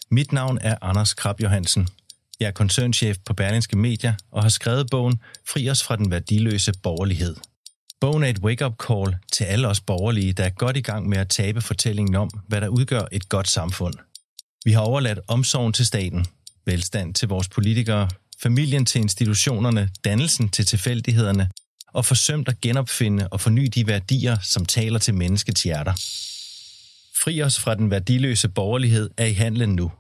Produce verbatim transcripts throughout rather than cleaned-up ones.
Mit navn er Anders Krab Johansen. Jeg er koncernchef på Berlingske Media og har skrevet bogen Fri os fra den værdiløse borgerlighed. Bogen er et wake-up call til alle os borgerlige, der er godt i gang med at tabe fortællingen om, hvad der udgør et godt samfund. Vi har overladt omsorgen til staten, velstand til vores politikere, familien til institutionerne, dannelsen til tilfældighederne og forsømt at genopfinde og forny de værdier, som taler til menneskets hjerter. Fri os fra den værdiløse borgerlighed er i handlen nu.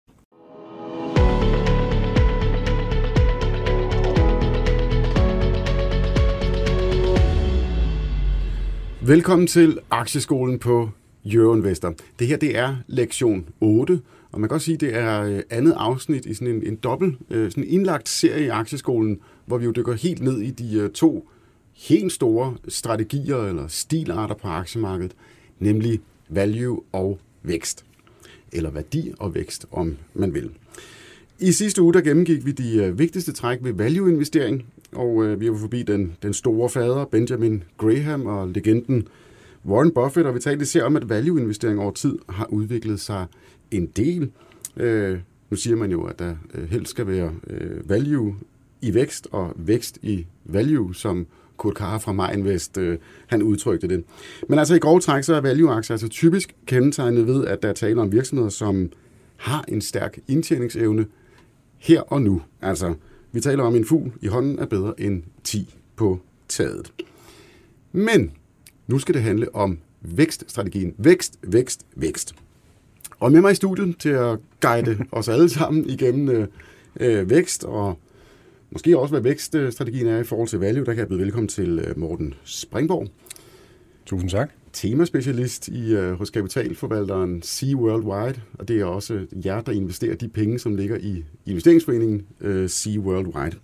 Velkommen til Aktieskolen på Euroinvestor. Det her det er lektion otte, og man kan også sige, at det er andet afsnit i sådan en, en dobbelt, sådan en indlagt serie i Aktieskolen, hvor vi jo dykker helt ned i de to helt store strategier eller stilarter på aktiemarkedet, nemlig value og vækst. Eller værdi og vækst, om man vil. I sidste uge der gennemgik vi de vigtigste træk ved value-investering, og øh, vi var forbi den, den store fader, Benjamin Graham og legenden Warren Buffett, og vi talte især om, at value-investering over tid har udviklet sig en del. Øh, nu siger man jo, at der øh, helst skal være øh, value i vækst og vækst i value, som Kurt Carr fra Meinvest, øh, han udtrykte det. Men altså i grove træk, så er value-aktier altså typisk kendetegnet ved, at der er tale om virksomheder, som har en stærk indtjeningsevne her og nu. Altså, vi taler om en fugl i hånden er bedre end ti på taget. Men nu skal det handle om vækststrategien. Vækst, vækst, vækst. Og med mig i studiet til at guide os alle sammen igennem øh, vækst, og måske også, hvad vækststrategien er i forhold til value, der kan jeg byde velkommen til Morten Springborg. Tusind tak. Temaspecialist i, uh, hos kapitalforvalteren Sea Worldwide, og det er også jer, der investerer de penge, som ligger i investeringsforeningen uh, Sea Worldwide.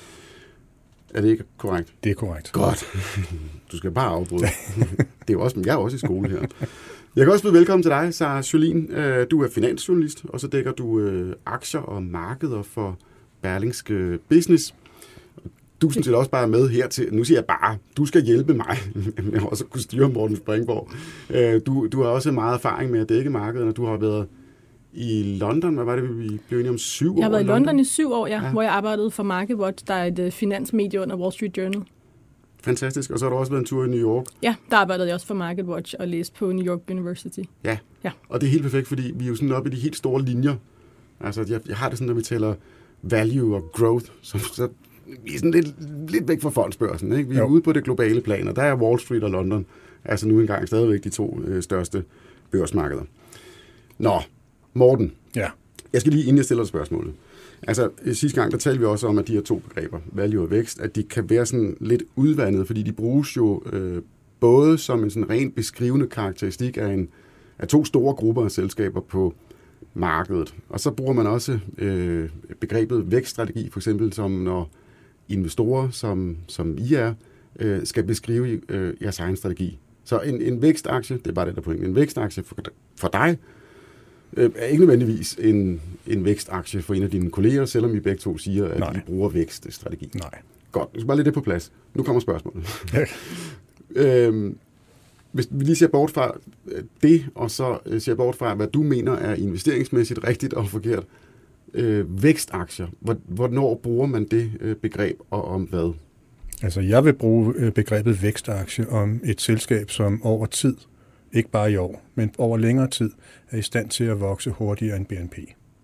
Er det ikke korrekt? Det er korrekt. Godt. Du skal bare afbryde. Det er jo også, jeg er også i skole her. Jeg kan også byde velkommen til dig, Sarah Jolin. Uh, du er finansjournalist, og så dækker du uh, aktier og markeder for Berlingske Business. Du er sådan set også bare med her til, nu siger jeg bare, du skal hjælpe mig med også at kunne styre Morten Springborg. Du, du har også meget erfaring med at dække markedet, og du har været i London, hvad var det, vi blev enige om, syv år? Jeg har været i London, London i syv år, ja, ja, hvor jeg arbejdede for MarketWatch, der er et finansmedie under Wall Street Journal. Fantastisk, og så har du også været en tur i New York. Ja, der arbejdede jeg også for MarketWatch og læste på New York University. Ja, ja. Og det er helt perfekt, fordi vi er jo sådan oppe i de helt store linjer. Altså, jeg, jeg har det sådan, når vi tæller value og growth, så, så vi er sådan lidt, lidt væk fra fondsbørsen, ikke? Vi er jo ude på det globale plan, og der er Wall Street og London, altså nu engang stadigvæk de to øh, største børsmarkeder. Nå, Morten. Ja. Jeg skal lige, inden jeg stiller dig spørgsmålet. Altså, sidste gang, der talte vi også om, at de her to begreber, value og vækst, at de kan være sådan lidt udvandet, fordi de bruges jo øh, både som en sådan rent beskrivende karakteristik af, en, af to store grupper af selskaber på markedet. Og så bruger man også øh, begrebet vækststrategi, for eksempel som når investorer, som, som I er, øh, skal beskrive øh, jeres egen strategi. Så en, en vækstaktie, det er bare det der point, en vækstaktie for, for dig, øh, er ikke nødvendigvis en, en vækstaktie for en af dine kolleger, selvom I begge to siger, at Nej. I bruger vækststrategi. Nej. Godt, du skal bare lidt det på plads. Nu kommer spørgsmålet. øhm, Hvis vi lige ser bort fra det, og så ser bort fra, hvad du mener er investeringsmæssigt rigtigt og forkert, øh, vækstaktier, hvornår bruger man det øh, begreb, og om hvad? Altså, jeg vil bruge begrebet vækstaktie om et selskab, som over tid, ikke bare i år, men over længere tid, er i stand til at vokse hurtigere end B N P.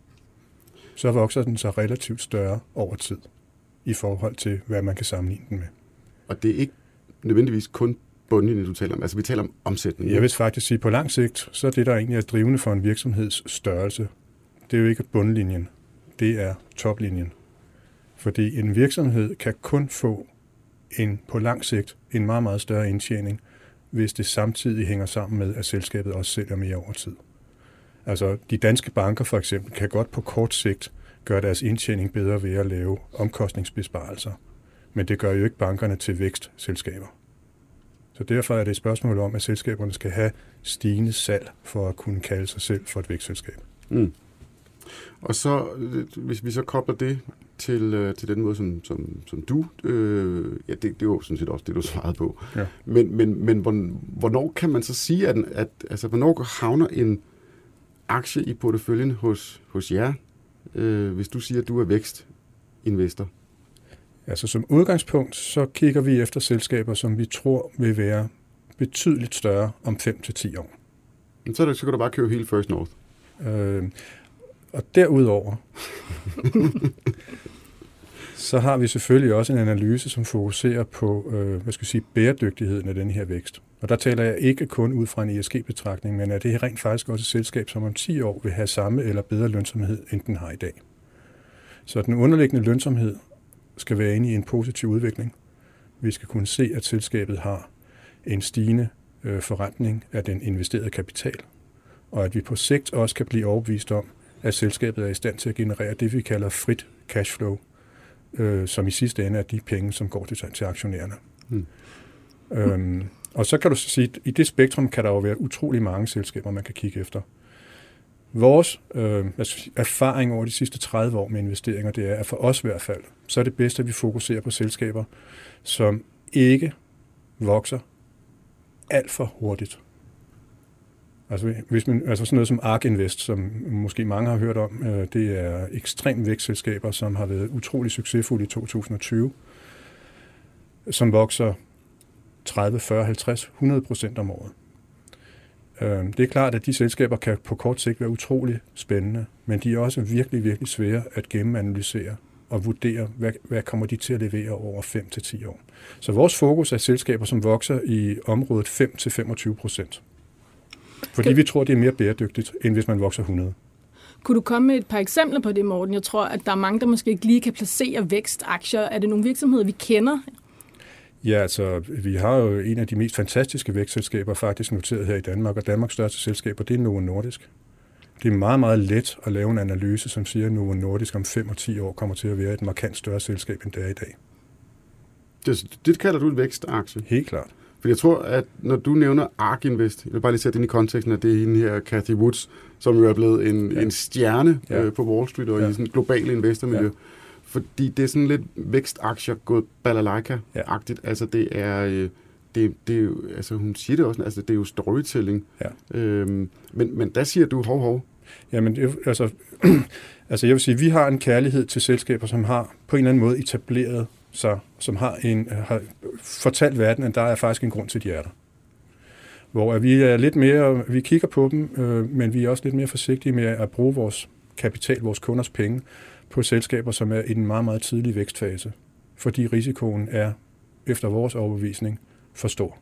Så vokser den så relativt større over tid, i forhold til, hvad man kan sammenligne den med. Og det er ikke nødvendigvis kun bundlinjen, du taler om. Altså, vi taler om omsætning. Jeg vil faktisk sige, at på lang sigt, så er det, der egentlig er drivende for en virksomheds størrelse, det er jo ikke bundlinjen, det er toplinjen. Fordi en virksomhed kan kun få en, på lang sigt en meget, meget større indtjening, hvis det samtidig hænger sammen med, at selskabet også sælger mere over tid. Altså, de danske banker for eksempel kan godt på kort sigt gøre deres indtjening bedre ved at lave omkostningsbesparelser. Men det gør jo ikke bankerne til vækstselskaber. Så derfor er det et spørgsmål om, at selskaberne skal have stigende salg for at kunne kalde sig selv for et vækstselskab. Mm. Og så, hvis vi så kobler det til, til den måde, som, som, som du, øh, ja, det, det er jo sådan set også det, du svarede på. Ja. Men, men, men hvornår kan man så sige, at, at altså, hvornår havner en aktie i porteføljen hos, hos jer, øh, hvis du siger, at du er vækstinvestor? Altså som udgangspunkt, så kigger vi efter selskaber, som vi tror vil være betydeligt større om fem til ti år. Så, det, så kan du bare købe hele First North. Øh, og derudover, så har vi selvfølgelig også en analyse, som fokuserer på øh, hvad skal jeg sige, bæredygtigheden af den her vækst. Og der taler jeg ikke kun ud fra en E S G-betragtning, men at det er rent faktisk også et selskab, som om ti år vil have samme eller bedre lønsomhed, end den har i dag. Så den underliggende lønsomhed skal være inde i en positiv udvikling. Vi skal kunne se, at selskabet har en stigende øh, forrentning af den investerede kapital, og at vi på sigt også kan blive overbevist om, at selskabet er i stand til at generere det, vi kalder frit cashflow, øh, som i sidste ende er de penge, som går til, til aktionærerne. Mm. Øhm, og så kan du sige, at i det spektrum kan der jo være utrolig mange selskaber, man kan kigge efter. Vores øh, erfaring over de sidste tredive år med investeringer, det er, at for os i hvert fald, så er det bedst, at vi fokuserer på selskaber, som ikke vokser alt for hurtigt. Altså, hvis man, altså sådan noget som Ark Invest, som måske mange har hørt om, øh, det er ekstremt vækstselskaber, som har været utrolig succesfulde i to tusind og tyve, som vokser tredive, fyrre, halvtreds, hundrede procent om året. Øh, det er klart, at de selskaber kan på kort sigt være utrolig spændende, men de er også virkelig, virkelig svære at gennemanalysere og vurdere, hvad, hvad kommer de til at levere over fem til ti år. Så vores fokus er selskaber, som vokser i området fem til femogtyve procent. Fordi kan... vi tror, det er mere bæredygtigt, end hvis man vokser hundrede. Kunne du komme med et par eksempler på det, Morten? Jeg tror, at der er mange, der måske ikke lige kan placere vækstaktier. Er det nogle virksomheder, vi kender? Ja, altså, vi har jo en af de mest fantastiske vækstselskaber faktisk noteret her i Danmark, og Danmarks største selskaber, det er Novo Nordisk. Det er meget, meget let at lave en analyse, som siger, at Novo Nordisk om fem og ti år kommer til at være et markant større selskab, end det er i dag. Det, det kalder du en vækstaktie? Helt klart. For jeg tror, at når du nævner Ark Invest, jeg vil bare lige sætte ind i konteksten, at det er hende her, Cathie Woods, som jo er blevet en, ja. en stjerne ja. øh, på Wall Street og ja. i sådan et globalt investormiljø. Ja. Fordi det er sådan lidt vækstaktier gået balalaika-agtigt. Ja. Altså det er, det, det er jo, altså hun siger det også, altså det er jo storytelling. Ja. Øhm, men, men der siger du hov hov. Jamen, altså, altså jeg vil sige, vi har en kærlighed til selskaber, som har på en eller anden måde etableret sig, som har, en, har fortalt verden, at der er faktisk en grund til, de er der. Hvor vi er lidt mere, vi kigger på dem, øh, men vi er også lidt mere forsigtige med at bruge vores kapital, vores kunders penge, på selskaber, som er i en meget, meget tidlig vækstfase. Fordi risikoen er, efter vores overbevisning, for stor.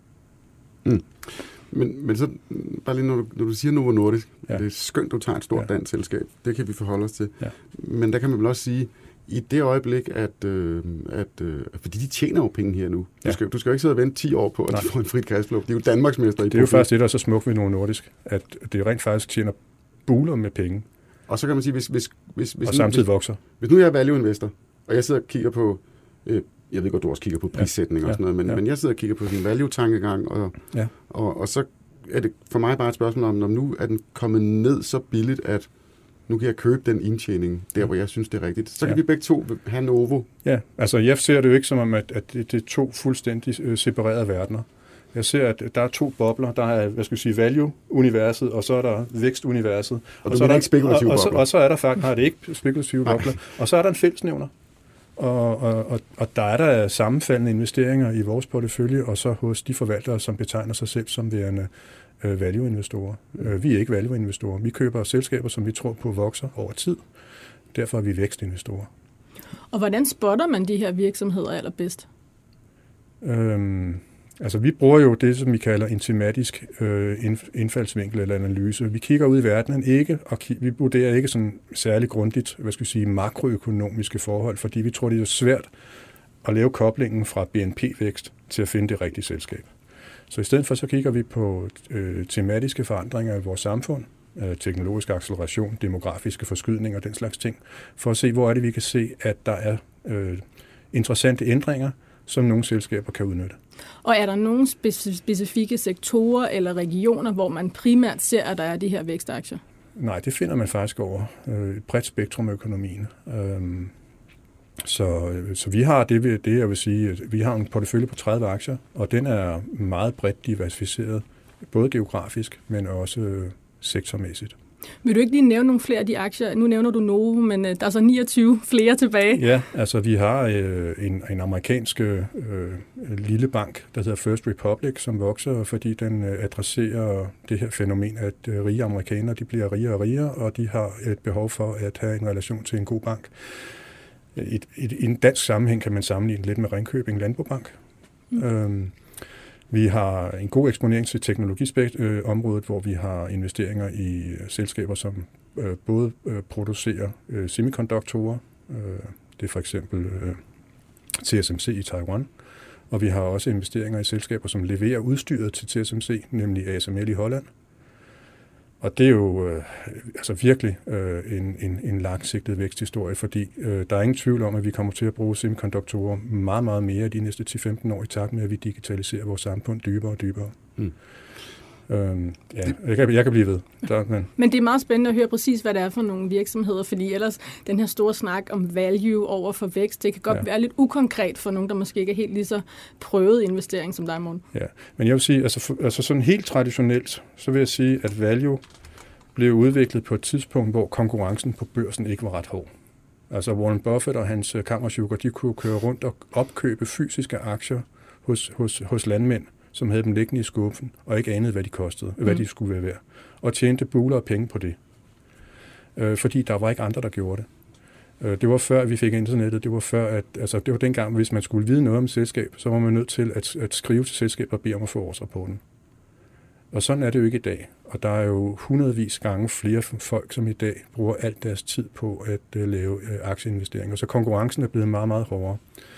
Mm. Men, men så, bare lige når du, når du siger Novo Nordisk, ja. det er skønt, du tager et stort ja. dansk selskab. Det kan vi forholde os til. Ja. Men der kan man vel også sige, i det øjeblik, at, øh, at øh, fordi de tjener jo penge her nu. Ja. Du, skal, du skal jo ikke sidde og vente ti år på, at Nej. de får en frit cashflow. De er jo Danmarksmester i det. Det er jo faktisk det, der er så smukt ved Novo Nordisk, at det rent faktisk tjener buler med penge. Og så kan man sige, hvis... hvis, hvis, hvis og samtidig hvis, vokser. Hvis nu jeg er value investor, og jeg sidder og kigger på... Øh, jeg ved godt, du også kigger på prissætning ja. og sådan noget, men, ja. men jeg sidder og kigger på sin value-tankegang, og, ja. og, og så er det for mig bare et spørgsmål om, om nu er den kommet ned så billigt, at nu kan jeg købe den indtjening, der hvor jeg synes, det er rigtigt. Så kan ja. vi begge to have Novo. Ja, altså jeg ser det jo ikke som om, at, at det, det er to fuldstændig øh, separerede verdener. Jeg ser, at der er to bobler. Der er, hvad skal jeg sige, value-universet, og så er der vækst-universet. Og, og så er der ikke spekulative og, bobler. Og, og så er der faktisk, nej, det er ikke spekulative bobler. Og så er der en fællesnævner. Og, og, og, og der er der sammenfaldende investeringer i vores portefølje, og så hos de forvaltere, som betegner sig selv som værende øh, value-investorer. Øh, vi er ikke value-investorer. Vi køber selskaber, som vi tror på vokser over tid. Derfor er vi vækstinvestorer. Og hvordan spotter man de her virksomheder allerbedst? Øhm, altså vi bruger jo det, som vi kalder en tematisk øh, indfaldsvinkel eller analyse. Vi kigger ud i verdenen ikke, og ki- vi vurderer ikke sådan særlig grundigt, hvad skal vi sige, makroøkonomiske forhold, fordi vi tror, det er svært at lave koblingen fra B N P-vækst til at finde det rigtige selskab. Så i stedet for, så kigger vi på øh, tematiske forandringer i vores samfund, øh, teknologisk acceleration, demografiske forskydninger og den slags ting, for at se, hvor er det, vi kan se, at der er øh, interessante ændringer, som nogle selskaber kan udnytte. Og er der nogle specifikke sektorer eller regioner, hvor man primært ser, at der er de her vækstaktier? Nej, det finder man faktisk over øh, et bredt spektrum af økonomien. Øhm, så, så vi har det, det, jeg vil sige, at vi har en portefølje på tredive aktier, og den er meget bredt diversificeret, både geografisk, men også øh, sektormæssigt. Vil du ikke lige nævne nogle flere af de aktier? Nu nævner du Novo, men øh, der er så niogtyve flere tilbage. Ja, altså vi har øh, en, en amerikansk øh, lille bank, der hedder First Republic, som vokser, fordi den øh, adresserer det her fænomen, at øh, rige amerikanere de bliver rigere og rigere, og de har et behov for at have en relation til en god bank. I en dansk sammenhæng kan man sammenligne lidt med Ringkøbing Landbobank. Mm. Øhm, vi har en god eksponering til teknologiområdet, hvor vi har investeringer i selskaber, som øh, både øh, producerer øh, semikonduktorer, øh, det er for eksempel øh, T S M C i Taiwan, og vi har også investeringer i selskaber, som leverer udstyret til T S M C, nemlig A S M L i Holland. Og det er jo øh, altså virkelig øh, en, en, en langsigtet væksthistorie, fordi øh, der er ingen tvivl om, at vi kommer til at bruge semikonduktorer meget, meget mere de næste ti til femten år i takt med, at vi digitaliserer vores samfund dybere og dybere. Mm. Øhm, ja, jeg kan, jeg kan blive ved. Der, men. men det er meget spændende at høre præcis, hvad det er for nogle virksomheder, fordi ellers den her store snak om value over for vækst, det kan godt ja. være lidt ukonkret for nogen, der måske ikke er helt lige så prøvet investering som dig, Morten. Ja, men jeg vil sige, altså, for, altså sådan helt traditionelt, så vil jeg sige, at value blev udviklet på et tidspunkt, hvor konkurrencen på børsen ikke var ret hård. Altså Warren Buffett og hans kammersukker, de kunne køre rundt og opkøbe fysiske aktier hos, hos, hos landmænd, som havde dem liggende i skuffen, og ikke anede, hvad de kostede, mm. hvad de skulle være værd, og tjente buler og penge på det. Øh, fordi der var ikke andre, der gjorde det. Øh, det var før, vi fik internettet, det var før, at, altså det var dengang, hvis man skulle vide noget om et selskab, så var man nødt til at, at skrive til selskabet og bede om at få årsrapporten. Og sådan er det jo ikke i dag. Og der er jo hundredvis gange flere folk, som i dag bruger alt deres tid på at uh, lave uh, aktieinvesteringer. Så konkurrencen er blevet meget, meget hårdere.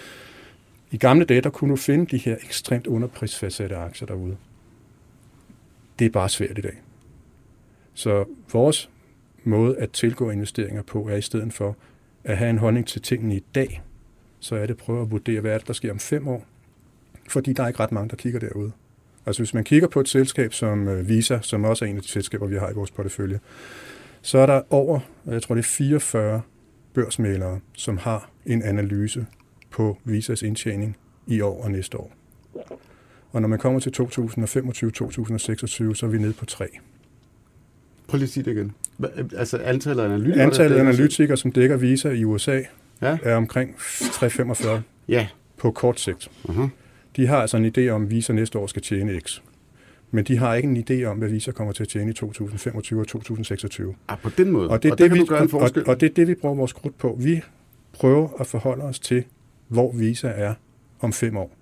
I gamle dage, der kunne du finde de her ekstremt underprisfastsatte aktier derude. Det er bare svært i dag. Så vores måde at tilgå investeringer på, er i stedet for at have en holdning til tingene i dag, så er det at prøve at vurdere, hvad er det, der sker om fem år. Fordi der er ikke ret mange, der kigger derude. Altså hvis man kigger på et selskab som Visa, som også er en af de selskaber, vi har i vores portefølje, så er der over, jeg tror det er fireogfyrre børsmælere, som har en analyse på Visas indtjening i år og næste år. Og når man kommer til to tusind og femogtyve til to tusind og seksogtyve, så er vi nede på tre. Prøv lige at sige det igen. Altså antallet af analytikere? Antallet af analytikere, som dækker Visa i U S A, ja. er omkring tre hundrede og femogfyrre ja. på kort sigt. Uh-huh. De har altså en idé om, at Visa næste år skal tjene X. Men de har ikke en idé om, hvad Visa kommer til at tjene i to tusind og femogtyve og to tusind og seksogtyve. Ah, på den måde. Og det er, og det, vi, vi, og, og det er det, vi bruger vores krudt på. Vi prøver at forholde os til, hvor Visa er om fem år.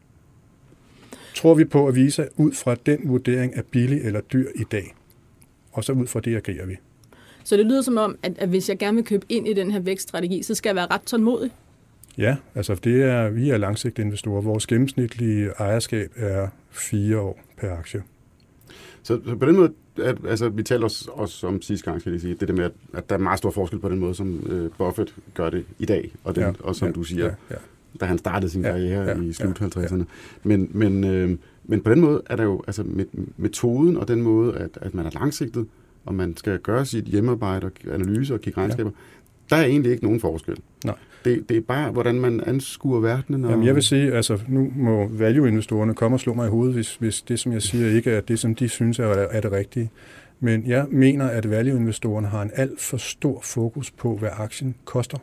Tror vi på, at Visa ud fra den vurdering er billig eller dyr i dag? Og så ud fra det agerer vi. Så det lyder som om, at, at hvis jeg gerne vil købe ind i den her vækststrategi, så skal jeg være ret tålmodig? Ja, altså det er, vi er langsigtede investorer. Vores gennemsnitlige ejerskab er fire år per aktie. Så, så på den måde, at, altså vi talte også, også om sidste gang, skal jeg sige, det der med, at, at der er meget stor forskel på den måde, som øh, Buffett gør det i dag, og, den, ja, og som ja, du siger, ja, ja. da han startede sin karriere ja, ja, i slut halvtredserne. Ja, ja. Men, men, øh, men på den måde er der jo, altså med, metoden og den måde, at, at man er langsigtet, og man skal gøre sit hjemmearbejde og analyse og kigge regnskaber, ja. der er egentlig ikke nogen forskel. Nej. Det, det er bare, hvordan man anskuer verdenen. Og... Jamen, jeg vil sige, altså nu må value-investorerne komme og slå mig i hovedet, hvis, hvis det, som jeg siger, ikke er det, som de synes er, er det rigtige. Men jeg mener, at value-investorerne har en alt for stor fokus på, hvad aktien koster,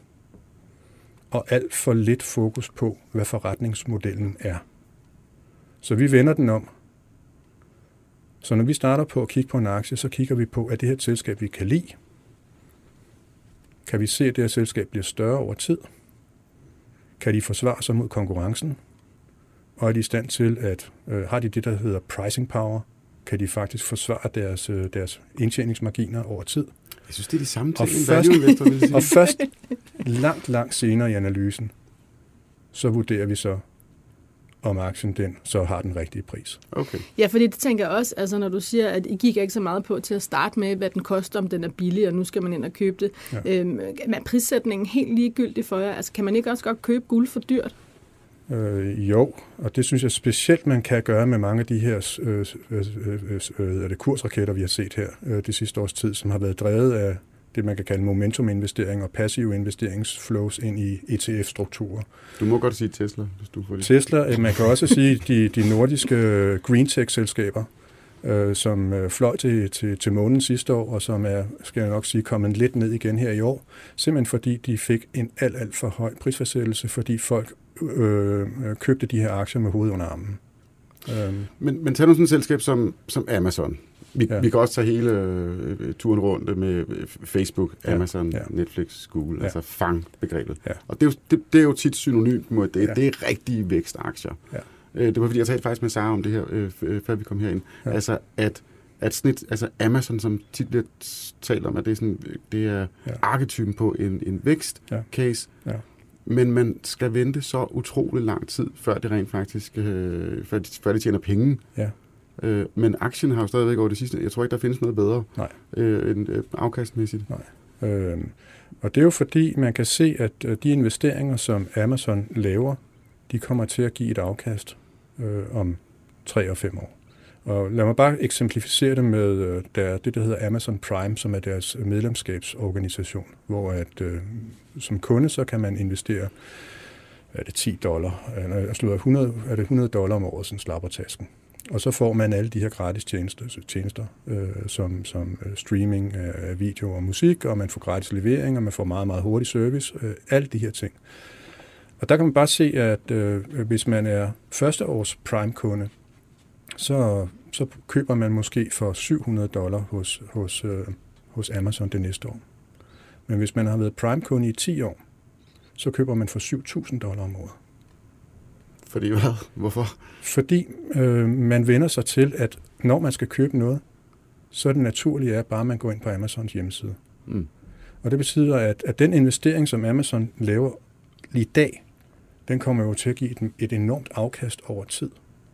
og alt for lidt fokus på, hvad forretningsmodellen er. Så vi vender den om. Så når vi starter på at kigge på en aktie, så kigger vi på, at det her et selskab, vi kan lide. Kan vi se, at det her selskab bliver større over tid? Kan de forsvare sig mod konkurrencen? Og er de i stand til at, øh, har de det, der hedder pricing power? Kan de faktisk forsvare deres, øh, deres indtjeningsmarginer over tid? Jeg synes, det er de samme ting, og først, investor, vil sige. Og først langt, langt senere i analysen, så vurderer vi så, om aktien den så har den rigtige pris. Okay. Ja, fordi det tænker jeg også, altså når du siger, at I gik ikke så meget på til at starte med, hvad den koster, om den er billig, og nu skal man ind og købe det. Ja. Øhm, er prissætningen helt ligegyldig for jer? Altså kan man ikke også godt købe guld for dyrt? Øh, jo, og det synes jeg specielt, man kan gøre med mange af de her øh, øh, øh, øh, det kursraketter, vi har set her øh, det sidste års tid, som har været drevet af det, man kan kalde momentuminvestering og passive investeringsflows ind i E T F-strukturer. Du må godt sige Tesla, hvis du får det. Tesla, man kan også sige de, de nordiske green tech-selskaber, øh, som øh, fløj til, til, til månen sidste år, og som er, skal jeg nok sige, kommet lidt ned igen her i år, simpelthen fordi de fik en alt, alt for høj prisfastsættelse, fordi folk øh, købte de her aktier med hovedet under armen. Øh. Men, men tag nu sådan et selskab som, som Amazon. Vi, ja. vi kan også tage hele øh, turen rundt med Facebook, Amazon, ja. Ja. Netflix, Google, ja. altså fang begrebet. Ja. Og det er, jo, det, det er jo tit synonymt med det. Ja. Det er rigtige vækstaktier. Ja. Øh, det var fordi, jeg talte faktisk med Sara om det her, øh, før vi kom herind. Ja. Altså, at, at snit, altså Amazon, som tit bliver talt om, at det er, sådan, det er ja. arketypen på en, en vækstcase. Ja. Ja. Men man skal vente så utrolig lang tid, før det rent faktisk, øh, før, de, før de tjener penge. Ja. Øh, men aktien har jo stadigvæk over det sidste. Jeg tror ikke, der findes noget bedre øh, end øh, afkastmæssigt. Nej. Øh, og det er jo fordi, man kan se, at de investeringer, som Amazon laver, de kommer til at give et afkast øh, om tre og fem år. Og lad mig bare eksemplificere det med øh, der, det, der hedder Amazon Prime, som er deres medlemskabsorganisation, hvor at, øh, som kunde, så kan man investere er det ti dollar, eller hundrede, er det hundrede dollar om året, sådan slappertasken. Og så får man alle de her gratis tjenester, tjenester øh, som, som streaming af video og musik, og man får gratis levering, og man får meget, meget hurtig service, øh, alle de her ting. Og der kan man bare se, at øh, hvis man er førsteårs Prime-kunde, så, så køber man måske for syv hundrede dollar hos, hos, øh, hos Amazon det næste år. Men hvis man har været Prime-kunde i ti år, så køber man for syv tusind dollar om året. Fordi hvad? Hvorfor? Fordi øh, man vender sig til, at når man skal købe noget, så er det naturlige er bare, at man går ind på Amazons hjemmeside. Mm. Og det betyder, at, at den investering, som Amazon laver lige i dag, den kommer jo til at give et, et enormt afkast over tid.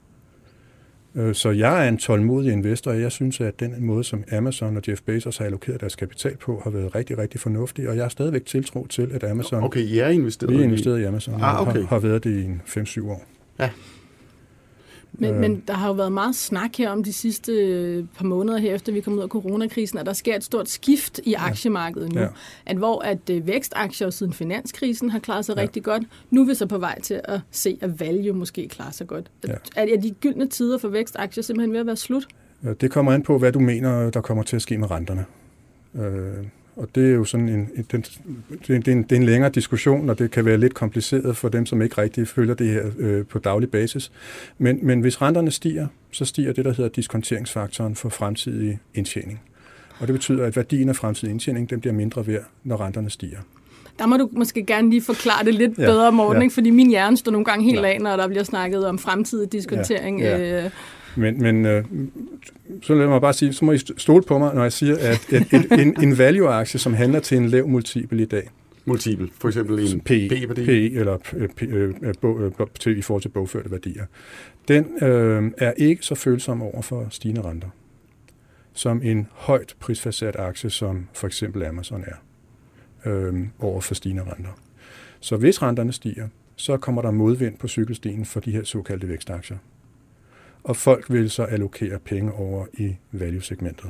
Øh, så jeg er en tålmodig investor, og jeg synes, at den måde, som Amazon og Jeff Bezos har allokeret deres kapital på, har været rigtig, rigtig fornuftig. Og jeg har stadigvæk tiltro til, at Amazon... Okay, I er investeret, vi er investeret i, i Amazon, ah, okay. har, har været det i fem syv år. Ja. Men, øh. men der har jo været meget snak her om de sidste par måneder her, efter vi kom ud af coronakrisen, at der sker et stort skift i aktiemarkedet nu. Ja. At hvor at vækstaktier siden finanskrisen har klaret sig ja. rigtig godt, nu er vi så på vej til at se, at value måske klarer sig godt. Ja. Er de gyldne tider for vækstaktier simpelthen ved at være slut? Ja, det kommer an på, hvad du mener, der kommer til at ske med renterne. Øh. Og det er jo sådan en, en, det er en, det er en længere diskussion, og det kan være lidt kompliceret for dem, som ikke rigtig følger det her øh, på daglig basis. Men, men hvis renterne stiger, så stiger det, der hedder diskonteringsfaktoren for fremtidig indtjening. Og det betyder, at værdien af fremtidig indtjening, den bliver mindre værd, når renterne stiger. Der må du måske gerne lige forklare det lidt ja, bedre, Morten, ja. fordi min hjerne står nogle gange helt ja. af, når der bliver snakket om fremtidig diskontering. Ja, ja. Øh. Men, men øh, så lad mig bare sige, så må I stole på mig, når jeg siger, at et, et, en, en value-aktie, som handler til en lav multiple i dag. Multiple, for eksempel en P E eller P, øh, til, i forhold til bogførte værdier. Den øh, er ikke så følsom over for stigende renter, som en højt prisfastsat aktie, som for eksempel Amazon er, øh, over for stigende renter. Så hvis renterne stiger, så kommer der modvind på cykelstien for de her såkaldte vækstaktier. Og folk vil så allokere penge over i value-segmentet.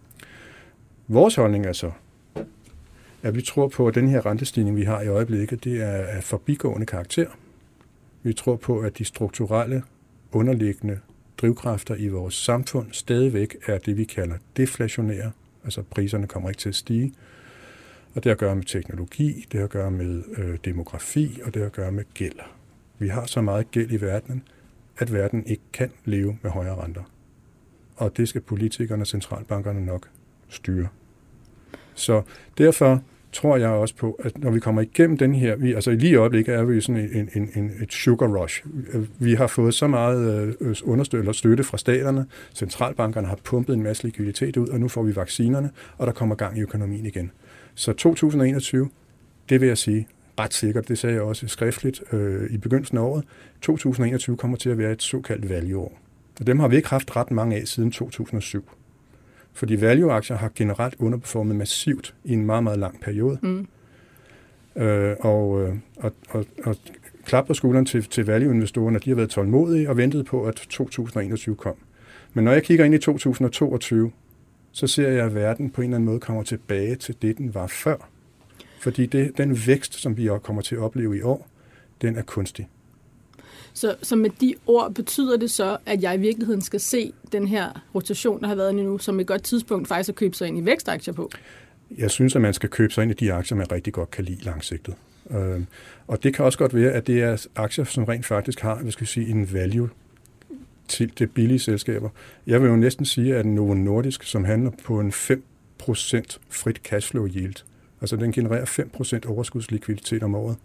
Vores holdning er så, at vi tror på, at den her rentestigning, vi har i øjeblikket, det er af forbigående karakter. Vi tror på, at de strukturelle, underliggende drivkræfter i vores samfund stadigvæk er det, vi kalder deflationære. Altså priserne kommer ikke til at stige. Og det har at gøre med teknologi, det har at gøre med øh, demografi, og det har at gøre med gæld. Vi har så meget gæld i verdenen, at verden ikke kan leve med højere renter. Og det skal politikerne og centralbankerne nok styre. Så derfor tror jeg også på, at når vi kommer igennem den her, vi, altså lige i øjeblikket er vi i sådan en, en, en, et sugar rush. Vi har fået så meget øh, understøtte og støtte fra staterne, centralbankerne har pumpet en masse likviditet ud, og nu får vi vaccinerne, og der kommer gang i økonomien igen. Så to tusind og enogtyve, det vil jeg sige, ret sikkert, det sagde jeg også skriftligt øh, i begyndelsen af året, to tusind og enogtyve kommer til at være et såkaldt value-år. Og dem har vi ikke haft ret mange af siden to tusind og syv. Fordi value-aktier har generelt underperformet massivt i en meget, meget lang periode. Mm. Øh, og, og, og, og klap på skulderen til, til value-investorerne, de har været tålmodige og ventet på, at to tusind og enogtyve kom. Men når jeg kigger ind i to tusind og toogtyve, så ser jeg, at verden på en eller anden måde kommer tilbage til det, den var før. Fordi det, den vækst, som vi kommer til at opleve i år, den er kunstig. Så, så med de ord betyder det så, at jeg i virkeligheden skal se den her rotation, der har været nu, som et godt tidspunkt faktisk at købe sig ind i vækstaktier på? Jeg synes, at man skal købe sig ind i de aktier, man rigtig godt kan lide langsigtet. Og det kan også godt være, at det er aktier, som rent faktisk har, hvad skal jeg sige, en value til det billige selskaber. Jeg vil jo næsten sige, at Novo Nordisk, som handler på en fem procent frit cashflow yield, altså den genererer fem procent overskudslikviditet om året,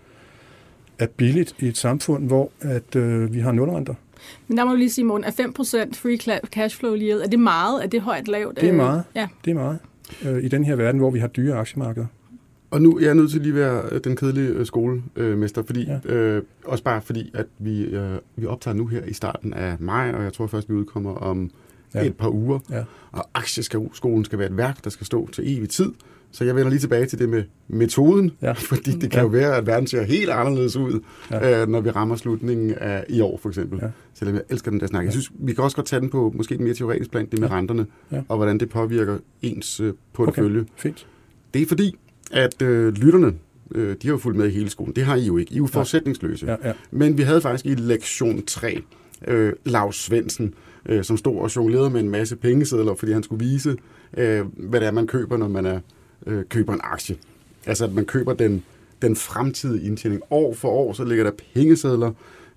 er billigt i et samfund, hvor at, øh, vi har nulrenter. Men der må du lige sige, Morten, er fem procent free cashflow yield, er det meget? Er det højt lavt? Det er meget. Ja. Det er meget. Øh, I den her verden, hvor vi har dyre aktiemarkeder. Og nu er jeg nødt til lige at være den kedelige skolemester, fordi, ja. øh, også bare fordi, at vi, øh, vi optager nu her i starten af maj, og jeg tror først, vi udkommer om ja. et par uger. Ja. Og aktieskolen skal være et værk, der skal stå til evig tid. Så jeg vender lige tilbage til det med metoden, ja. fordi det kan ja. jo være, at verden ser helt anderledes ud, ja. øh, når vi rammer slutningen af i år, for eksempel. Ja. Selvom jeg elsker den der snak. Ja. Jeg synes, vi kan også godt tage den på måske en mere teoretisk plan, det med ja. renterne, ja. og hvordan det påvirker ens øh, portefølje. Okay. Fint. Det er fordi, at øh, lytterne, øh, de har jo fulgt med i hele skolen. Det har I jo ikke. I er jo forudsætningsløse. Ja, ja. Men vi havde faktisk i lektion tre øh, Lars Svendsen, øh, som stod og jonglerede med en masse pengesedler, fordi han skulle vise, øh, hvad det er, man køber, når man er, øh, køber en aktie. Altså, at man køber den, den fremtidige indtjening. År for år, så ligger der pengesedler,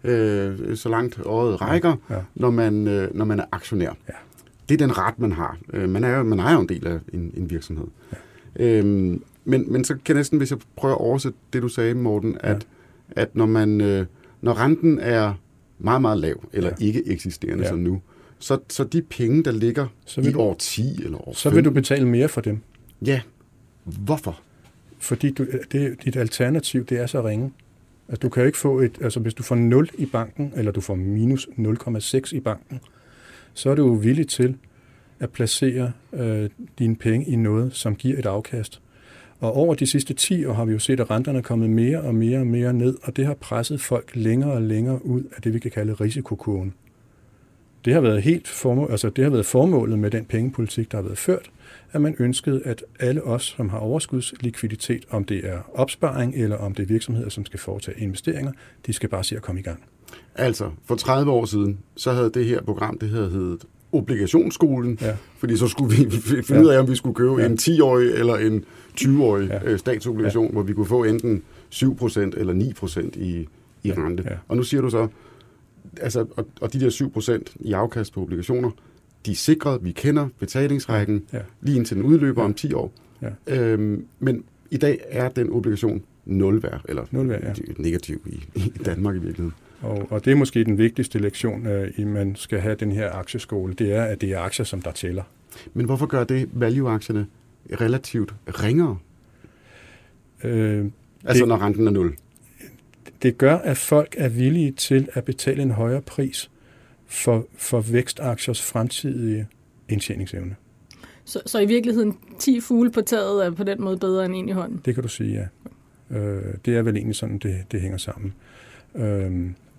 øh, så langt året rækker, ja, ja. Når, man, øh, når man er aktionær. Ja. Det er den ret, man har. Øh, man, er, man er jo en del af en, en virksomhed. Ja. Øhm, men, men så kan jeg næsten, hvis jeg prøver at oversætte det, du sagde, Morten, at, ja. at når, man, øh, når renten er meget, meget lav, eller ja. ikke eksisterende ja. som nu, så, så de penge, der ligger i du, år ti eller år så fem, vil du betale mere for dem. Ja. Hvorfor? Fordi du, det, dit alternativ, det er så ringe. Altså, du kan jo ikke få et, altså hvis du får nul i banken, eller du får minus nul komma seks i banken, så er du jo villig til at placere øh, dine penge i noget, som giver et afkast. Og over de sidste ti år har vi jo set, at renterne er kommet mere og mere og mere ned, og det har presset folk længere og længere ud af det, vi kan kalde risikokurven. Det har været helt formål, altså det har været formålet med den pengepolitik, der har været ført, at man ønskede, at alle os, som har overskudslikviditet, om det er opsparing eller om det er virksomheder, som skal foretage investeringer, de skal bare se at komme i gang. Altså, for tredive år siden, så havde det her program, det havde heddet Obligationsskolen, ja. fordi så skulle vi finde ud af, om vi skulle købe ja. en ti-årig eller en tyve-årig ja. statsobligation, ja. hvor vi kunne få enten syv procent eller ni procent i, i ja. rente. Ja. Og nu siger du så, altså, og, og de der syv procent i afkast på obligationer, de er sikret, vi kender betalingsrækken, ja. lige indtil den udløber ja. om ti år. Ja. Øhm, men i dag er den obligation nul værd, eller nul værd, ja. negativ i, i Danmark i virkeligheden. Og, og det er måske den vigtigste lektion, øh, man skal have den her aktieskole, det er, at det er aktier, som der tæller. Men hvorfor gør det value-aktierne relativt ringere? Øh, altså det, når renten er nul? Det gør, at folk er villige til at betale en højere pris for, for vækstaktiers fremtidige indtjeningsevne. Så, så i virkeligheden ti fugle på taget er på den måde bedre end en i hånden? Det kan du sige, ja. Øh, det er vel egentlig sådan, det, det hænger sammen. Øh,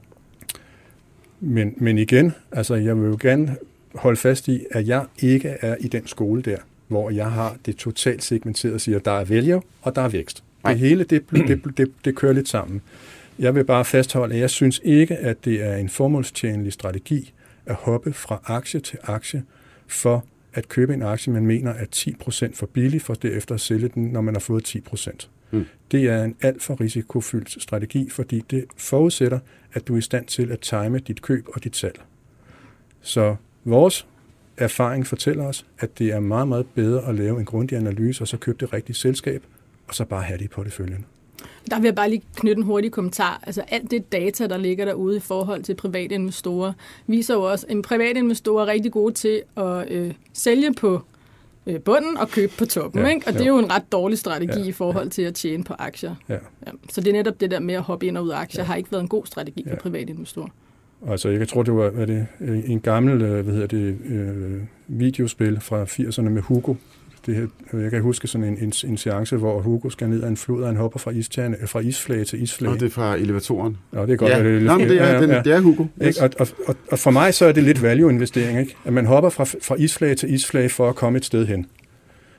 Men, men igen, altså jeg vil jo gerne holde fast i, at jeg ikke er i den skole der, hvor jeg har det totalt segmenteret og siger, at der er value, og der er vækst. Det hele, det, det, det, det kører lidt sammen. Jeg vil bare fastholde, at jeg synes ikke, at det er en formålstjenlig strategi at hoppe fra aktie til aktie for at købe en aktie, man mener er ti procent for billig, for derefter at sælge den, når man har fået ti procent. Mm. Det er en alt for risikofyldt strategi, fordi det forudsætter, at du er i stand til at time dit køb og dit salg. Så vores erfaring fortæller os, at det er meget, meget bedre at lave en grundig analyse, og så købe det rigtige selskab, og så bare have det i porteføljen. Der vil jeg bare lige knytte en hurtig kommentar. Altså alt det data, der ligger derude i forhold til private investorer, viser jo også, at en private investor er rigtig gode til at øh, sælge på øh, bunden og købe på toppen. Ja, ikke? Og jo. Det er jo en ret dårlig strategi ja, i forhold ja. til at tjene på aktier. Ja. Ja. Så det er netop det der med at hoppe ind og ud af aktier, ja. har ikke været en god strategi for ja. private investorer. Altså, jeg tror, det var hvad det, en gammel hvad hedder det, øh, videospil fra firserne med Hugo. Det her, jeg kan huske sådan en, en, en seance, hvor Hugo skal ned ad en flod, og han hopper fra, istjerne, fra isflage til isflage. Og det er fra elevatoren. Ja, det er godt. Ja, det, er, Nå, det, er, ja, ja. det er Hugo. Yes. Og, og, og, og for mig så er det lidt value-investering, ikke? At man hopper fra, fra isflage til isflage for at komme et sted hen.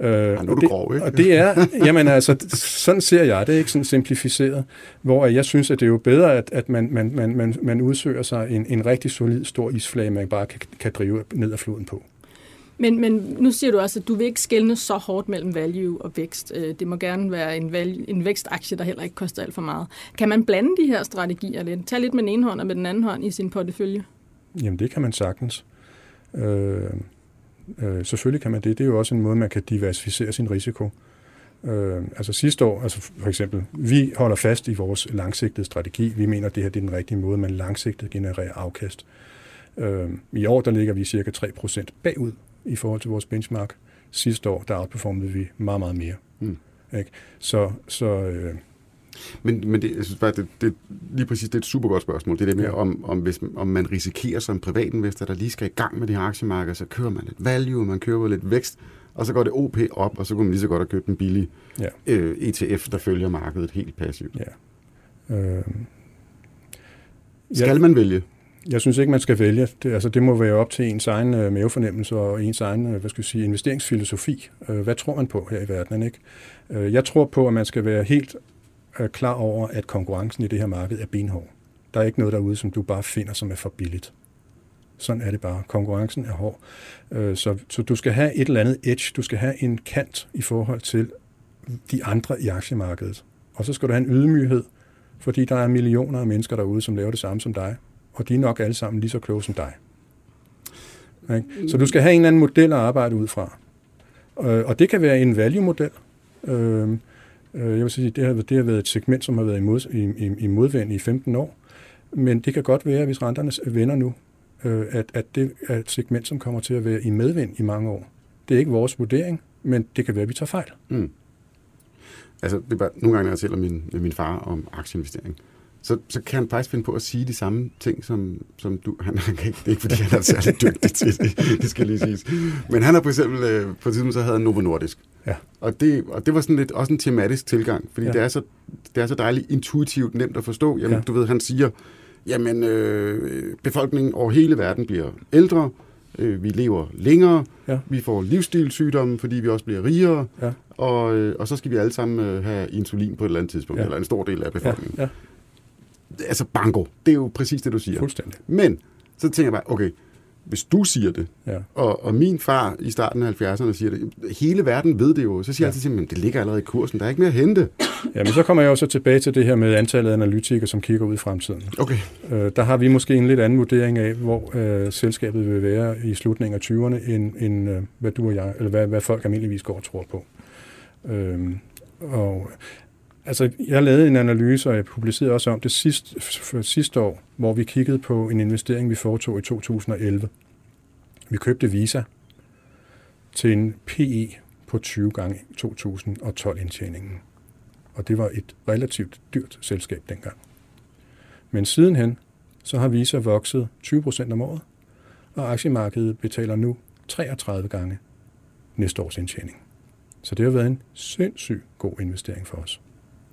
Øh, ja, nu er du det, grov, ikke? Og det er, jamen altså, sådan ser jeg det, ikke sådan simplificeret, hvor jeg synes, at det er jo bedre, at, at man, man, man, man, man udsøger sig en, en rigtig solid, stor isflage, man bare kan, kan drive ned ad floden på. Men, men nu siger du også, at du vil ikke skelne så hårdt mellem value og vækst. Det må gerne være en, value, en vækstaktie, der heller ikke koster alt for meget. Kan man blande de her strategier lidt? Tag lidt med den ene hånd og med den anden hånd i sin portefølje? Jamen, det kan man sagtens. Øh, øh, selvfølgelig kan man det. Det er jo også en måde, man kan diversificere sin risiko. Øh, altså sidste år, altså for eksempel, vi holder fast i vores langsigtede strategi. Vi mener, at det her det er den rigtige måde, man langsigtet genererer afkast. Øh, I år, der ligger vi cirka tre procent bagud i forhold til vores benchmark. Sidste år, der outperformede vi meget, meget mere. Mm. Ikke? Så... så øh, men, men det, jeg synes bare, det, det, lige præcis, det er et super godt spørgsmål. Det er det med, ja. om, om, hvis, om man risikerer som privatinvestor, der lige skal i gang med det her aktiemarked, så kører man lidt value, man kører lidt vækst, og så går det O P op, og så kunne man lige så godt have købt en billig ja. øh, E T F, der følger markedet helt passivt. Ja. Øh, skal ja. man vælge? Jeg synes ikke, man skal vælge. Det, altså, det må være op til ens egen øh, mavefornemmelse og ens egen hvad skal jeg sige, investeringsfilosofi. Øh, hvad tror man på her i verden? Ikke? Øh, jeg tror på, at man skal være helt øh, klar over, at konkurrencen i det her marked er benhård. Der er ikke noget derude, som du bare finder, som er for billigt. Sådan er det bare. Konkurrencen er hård. Øh, så, så du skal have et eller andet edge. Du skal have en kant i forhold til de andre i aktiemarkedet. Og så skal du have en ydmyghed, fordi der er millioner af mennesker derude, som laver det samme som dig. Og de er nok alle sammen lige så kloge som dig. Okay? Så du skal have en eller anden model at arbejde ud fra. Og det kan være en value-model. Jeg vil sige, det har, det har været et segment, som har været i, mod, i, i modvind i femten år. Men det kan godt være, hvis renterne vender nu, at, at det er et segment, som kommer til at være i medvind i mange år. Det er ikke vores vurdering, men det kan være, at vi tager fejl. Mm. Altså, det er bare, nogle gange, når jeg taler med min, med min far om aktieinvestering, Så, så kan han faktisk finde på at sige de samme ting, som, som du... Han, han kan ikke, det er ikke, fordi han er særlig dygtig til det, det skal lige siges. Men han har for eksempel, øh, på et tidspunkt, så havde han Novo Nordisk. Ja. Og, det, og det var sådan lidt også en tematisk tilgang, fordi ja. det, er så, det er så dejligt intuitivt nemt at forstå. Jamen, ja. du ved, han siger, jamen, øh, befolkningen over hele verden bliver ældre, øh, vi lever længere, ja. vi får livsstilssygdomme, fordi vi også bliver rigere, ja. og, øh, og så skal vi alle sammen øh, have insulin på et eller andet tidspunkt, ja. eller en stor del af befolkningen. Ja. Ja. Altså banko, det er jo præcis det, du siger. Fuldstændig. Men så tænker jeg bare, okay, hvis du siger det, ja. og, og min far i starten af halvfjerdserne siger det, hele verden ved det jo, så siger ja. jeg altid, at det ligger allerede i kursen, der er ikke mere at hente. Ja, men så kommer jeg jo så tilbage til det her med antallet af analytikere, som kigger ud i fremtiden. Okay. Øh, der har vi måske en lidt anden vurdering af, hvor øh, selskabet vil være i slutningen af tyverne, end, end øh, hvad du og jeg, eller hvad, hvad folk almindeligvis går og tror på. Øh, og Altså, jeg lavede en analyse, og jeg publicerede også om det sidste, for sidste år, hvor vi kiggede på en investering, vi foretog i to tusind og elleve. Vi købte Visa til en P E på tyve gange to tusind og tolv-indtjeningen. Og det var et relativt dyrt selskab dengang. Men sidenhen, så har Visa vokset tyve procent om året, og aktiemarkedet betaler nu treogtredive gange næste års indtjening. Så det har været en sindssygt god investering for os.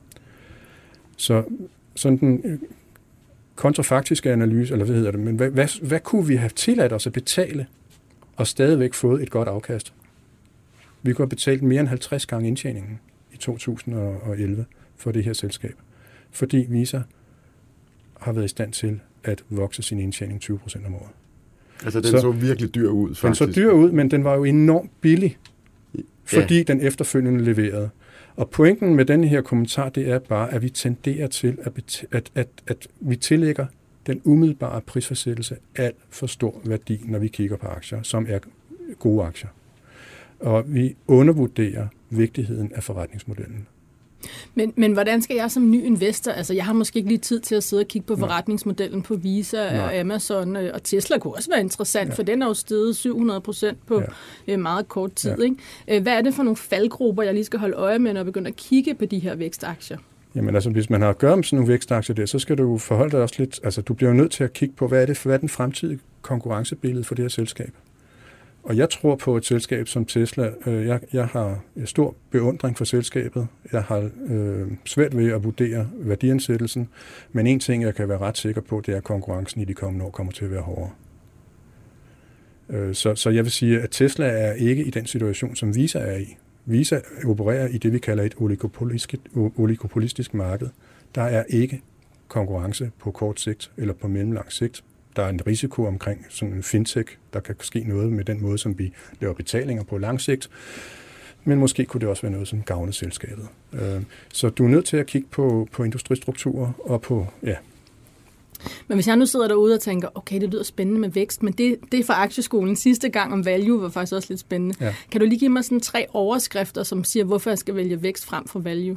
Så sådan den kontrafaktiske analyse, eller hvad hedder det, men hvad, hvad, hvad kunne vi have tilladt os at betale, og stadigvæk fået et godt afkast? Vi kunne have betalt mere end halvtreds gange indtjeningen i to tusind og elleve for det her selskab, fordi Visa har været i stand til at vokse sin indtjening tyve procent om året. Altså den så, så virkelig dyr ud, faktisk. Den så dyr ud, men den var jo enormt billig, fordi ja. den efterfølgende leverede. Og pointen med denne her kommentar, det er bare, at vi tenderer til, at, bet- at, at, at vi tillægger den umiddelbare prisfastsættelse alt for stor værdi, når vi kigger på aktier, som er gode aktier. Og vi undervurderer vigtigheden af forretningsmodellen. Men, men hvordan skal jeg som ny investor, altså jeg har måske ikke lige tid til at sidde og kigge på forretningsmodellen på Visa Nej. og Amazon, og Tesla kunne også være interessant, ja. for den er jo steget syv hundrede procent på ja. meget kort tid. Ja. Ikke? Hvad er det for nogle faldgrupper, jeg lige skal holde øje med, når jeg begynder at kigge på de her vækstaktier? Jamen altså, hvis man har at gøre med sådan nogle vækstaktier der, så skal du forholde dig også lidt, altså du bliver jo nødt til at kigge på, hvad er det hvad er den fremtidige konkurrencebillede for det her selskab. Og jeg tror på et selskab som Tesla. Jeg, jeg har stor beundring for selskabet. Jeg har øh, svært ved at vurdere værdiansættelsen. Men en ting, jeg kan være ret sikker på, det er, at konkurrencen i de kommende år kommer til at være hårdere. Øh, så, så jeg vil sige, at Tesla er ikke i den situation, som Visa er i. Visa opererer i det, vi kalder et oligopolistisk, oligopolistisk marked. Der er ikke konkurrence på kort sigt eller på mellemlang sigt. Der er en risiko omkring sådan en fintech, der kan ske noget med den måde, som vi laver betalinger på lang sigt. Men måske kunne det også være noget, som gavner selskabet. Så du er nødt til at kigge på, på industristrukturer og på, ja. Men hvis jeg nu sidder derude og tænker, okay, det lyder spændende med vækst, men det, det er fra aktieskolen sidste gang om value var faktisk også lidt spændende. Ja. Kan du lige give mig sådan tre overskrifter, som siger, hvorfor jeg skal vælge vækst frem for value?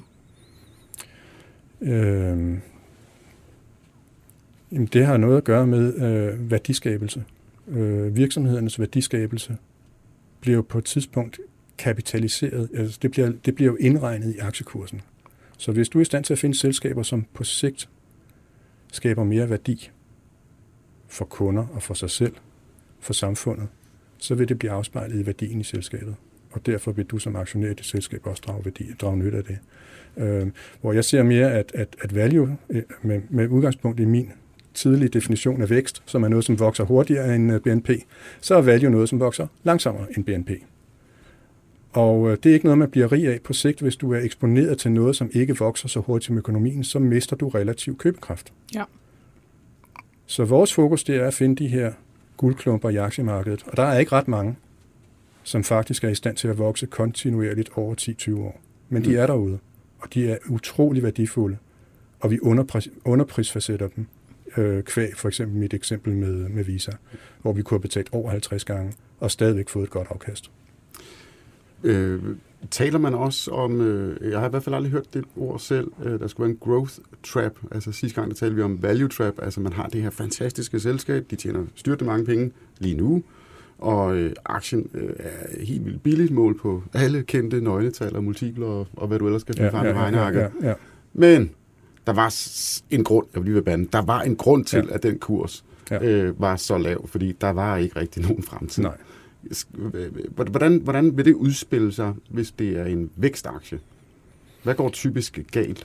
Øhm, jamen det har noget at gøre med øh, værdiskabelse. Øh, virksomhedernes værdiskabelse bliver jo på et tidspunkt kapitaliseret. Altså det, bliver, det bliver jo indregnet i aktiekursen. Så hvis du er i stand til at finde selskaber, som på sigt skaber mere værdi for kunder og for sig selv, for samfundet, så vil det blive afspejlet i værdien i selskabet. Og derfor vil du som aktionær i det selskab også drage, værdi, drage nytte af det. Øh, hvor jeg ser mere, at, at, at value, med, med udgangspunkt i min tidlige definition af vækst, som er noget, som vokser hurtigere end B N P, så er value noget, som vokser langsommere end B N P. Og det er ikke noget, man bliver rig af på sigt. Hvis du er eksponeret til noget, som ikke vokser så hurtigt som økonomien, så mister du relativ købekraft. Ja. Så vores fokus det er at finde de her guldklumper i aktiemarkedet. Og der er ikke ret mange, som faktisk er i stand til at vokse kontinuerligt over ti til tyve år. Men de er derude, og de er utrolig værdifulde. Og vi underpris, underprisfastsætter dem. Øh, kvæg, for eksempel mit eksempel med, med Visa, hvor vi kunne have betalt over halvtreds gange, og stadigvæk fået et godt afkast. Øh, taler man også om, øh, jeg har i hvert fald aldrig hørt det ord selv, øh, der skulle være en growth trap, altså sidste gang der talte vi om value trap, altså man har det her fantastiske selskab, de tjener styrte mange penge lige nu, og øh, aktien øh, er helt vildt billigt mål på alle kendte nøgletal og multipler, og, og hvad du ellers skal finde ja, frem ja, i regnearket. Ja, ja, ja. Men der var en grund, jeg vil lige være bande, der var en grund til, ja. At den kurs ja. øh, var så lav, fordi der var ikke rigtig nogen fremtid. Nej. Hvordan, hvordan vil det udspille sig, hvis det er en vækstaktie? Hvad går typisk galt?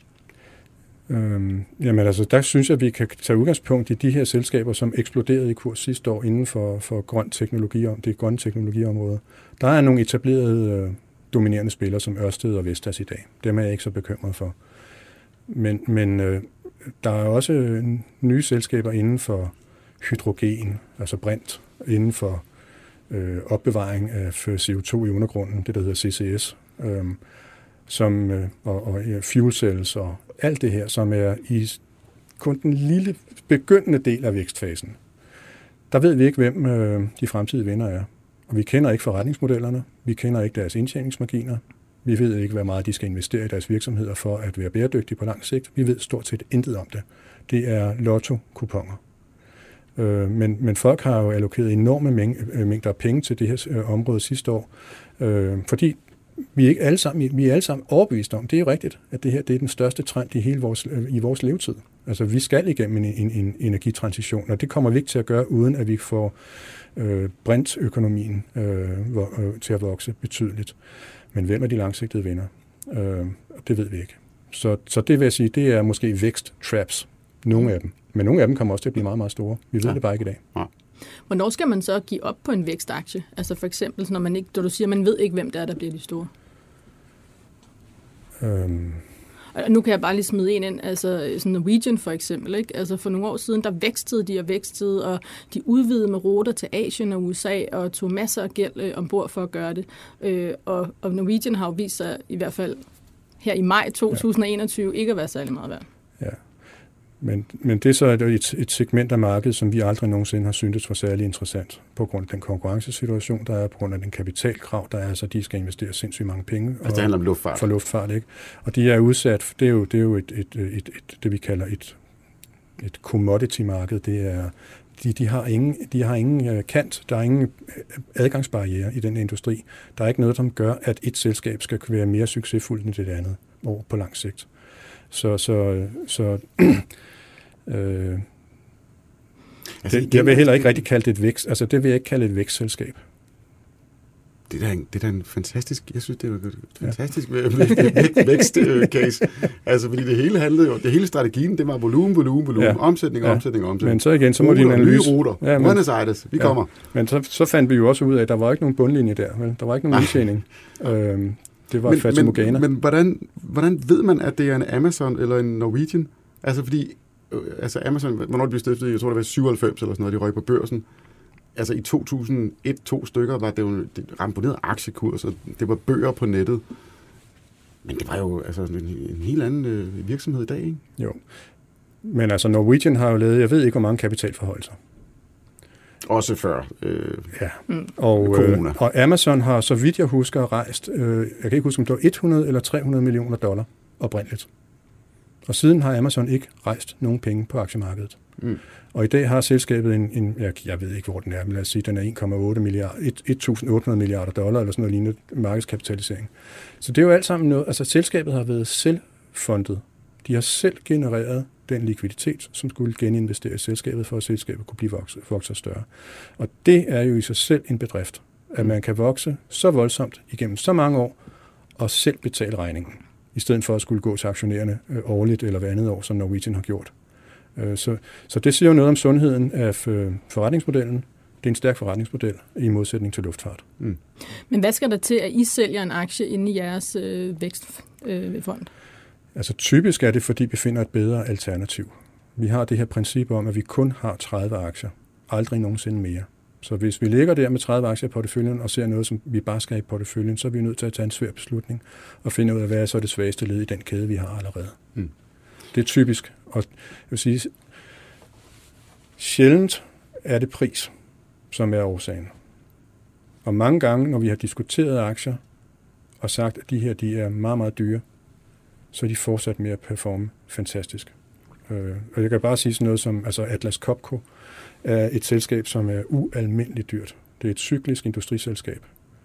Øhm, jamen altså, der synes jeg, at vi kan tage udgangspunkt i de her selskaber, som eksploderede i kurs sidste år inden for, for grøn teknologi, det grønne teknologiområde. Der er nogle etablerede øh, dominerende spillere som Ørsted og Vestas i dag. Dem er jeg ikke så bekymret for. Men, men øh, der er også nye selskaber inden for hydrogen, altså brint, inden for øh, opbevaring af C O to i undergrunden, det der hedder C C S, øh, som, øh, og, og ja, fuel cells og alt det her, som er i kun den lille begyndende del af vækstfasen. Der ved vi ikke, hvem øh, de fremtidige vinder er. Og vi kender ikke forretningsmodellerne, vi kender ikke deres indtjeningsmarginer, vi ved ikke, hvor meget de skal investere i deres virksomheder for at være bæredygtige på lang sigt. Vi ved stort set intet om det. Det er lotto-kuponer. Øh, men, men folk har jo allokeret enorme mængder af penge til det her øh, område sidste år, øh, fordi vi er ikke alle sammen, vi er alle sammen overbevist om, det er jo rigtigt, at det her det er den største trend i hele vores, i vores levetid. Altså vi skal igennem en, en, en energitransition, og det kommer vi ikke til at gøre, uden at vi får øh, brintøkonomien øh, hvor, øh, til at vokse betydeligt. Men hvem er de langsigtede vinder? Øh, det ved vi ikke. Så, så det vil jeg sige, det er måske vækst-traps, nogle af dem. Men nogle af dem kommer også til at blive meget, meget store. Vi ved ja. det bare ikke i dag. Ja. Hvornår skal man så give op på en vækstaktie? Altså for eksempel, når man ikke, når du siger, man ved ikke, hvem det er, der bliver de store. Øhm. Og nu kan jeg bare lige smide en ind, altså sådan Norwegian for eksempel, ikke? Altså for nogle år siden, der vækstede de og vækstede, og de udvidede med ruter til Asien og U S A, og tog masser af gæld øh, ombord for at gøre det. Øh, og, og Norwegian har jo vist sig, i hvert fald her i maj to tusind og enogtyve, ja. ikke at være særlig meget værd. Ja. Men, men det er så et, et segment af markedet, som vi aldrig nogensinde har syntes var særlig interessant, på grund af den konkurrencesituation, der er, på grund af den kapitalkrav, der er, altså de skal investere sindssygt mange penge. Altså det handler om luftfart. For luftfart, ikke? Og de er udsat, det er jo, det er jo et, et, et, et, et, det vi kalder et, et commodity-marked, det er, de, de har ingen, de har ingen kant, der er ingen adgangsbarriere i den industri. Der er ikke noget, som gør, at et selskab skal være mere succesfuldt end det andet over på lang sigt. Så, så, så øh, altså, det, jeg vil heller ikke rigtig kalde det et vækst, altså det vil jeg ikke kalde et vækstselskab. det, er da en, det er da en fantastisk, jeg synes, det er en fantastisk ja. vækstcase. Altså, fordi det hele handlede jo, det hele strategien, det var volumen, volumen, volumen, ja. omsætning, ja. omsætning, omsætning. Men så igen, så må din analyse... Nye ruter, ja, men, Buenos Aires, vi ja. kommer. Men så, så fandt vi jo også ud af, at der var ikke nogen bundlinje der, vel? Der var ikke nogen indtjening. øhm, det var fatamorgana. Men, men, men hvordan, hvordan ved man, at det er en Amazon eller en Norwegian? Altså, fordi altså Amazon, hvornår det blev stiftet, jeg tror, det var syvoghalvfems eller sådan noget, de røg på børsen. Altså i to tusind og et to stykker var det jo det ramponerede aktiekurs, og det var bøger på nettet. Men det var jo altså en, en helt anden øh, virksomhed i dag, ikke? Jo. Men altså Norwegian har jo lavet, jeg ved ikke, hvor mange kapitalforholdelser. Også før øh, ja. og, corona. Øh, og Amazon har, så vidt jeg husker, rejst, øh, jeg kan ikke huske, om det var hundrede eller tre hundrede millioner dollar oprindeligt. Og siden har Amazon ikke rejst nogen penge på aktiemarkedet. Mm. Og i dag har selskabet en, en jeg, jeg ved ikke, hvor den er, men lad os sige, den er en komma otte milliarder, et tusind otte hundrede milliarder dollar, eller sådan noget lignende markedskapitalisering. Så det er jo alt sammen noget, altså selskabet har været selvfundet. De har selv genereret den likviditet, som skulle geninvestere i selskabet, for at selskabet kunne blive vokse, vokse større. Og det er jo i sig selv en bedrift, at man kan vokse så voldsomt igennem så mange år, og selv betale regningen, i stedet for at skulle gå til aktionærerne øh, årligt eller hver andet år, som Norwegian har gjort. Øh, så, så det siger jo noget om sundheden af forretningsmodellen. Det er en stærk forretningsmodel i modsætning til luftfart. Mm. Men hvad skal der til, at I sælger en aktie inde i jeres øh, vækstfond? Øh, altså typisk er det, fordi vi finder et bedre alternativ. Vi har det her princip om, at vi kun har tredive aktier. Aldrig nogensinde mere. Så hvis vi ligger der med tredive aktier i porteføljen og ser noget, som vi bare skal have i porteføljen, så er vi nødt til at tage en svær beslutning og finde ud af, hvad er så det svageste led i den kæde, vi har allerede. Mm. Det er typisk. Og jeg vil sige, sjældent er det pris, som er årsagen. Og mange gange, når vi har diskuteret aktier og sagt, at de her de er meget, meget dyre, så er de fortsat med at performe fantastisk. Og jeg kan bare sige sådan noget som, altså Atlas Copco er et selskab, som er ualmindeligt dyrt. Det er et cyklisk industriselskab.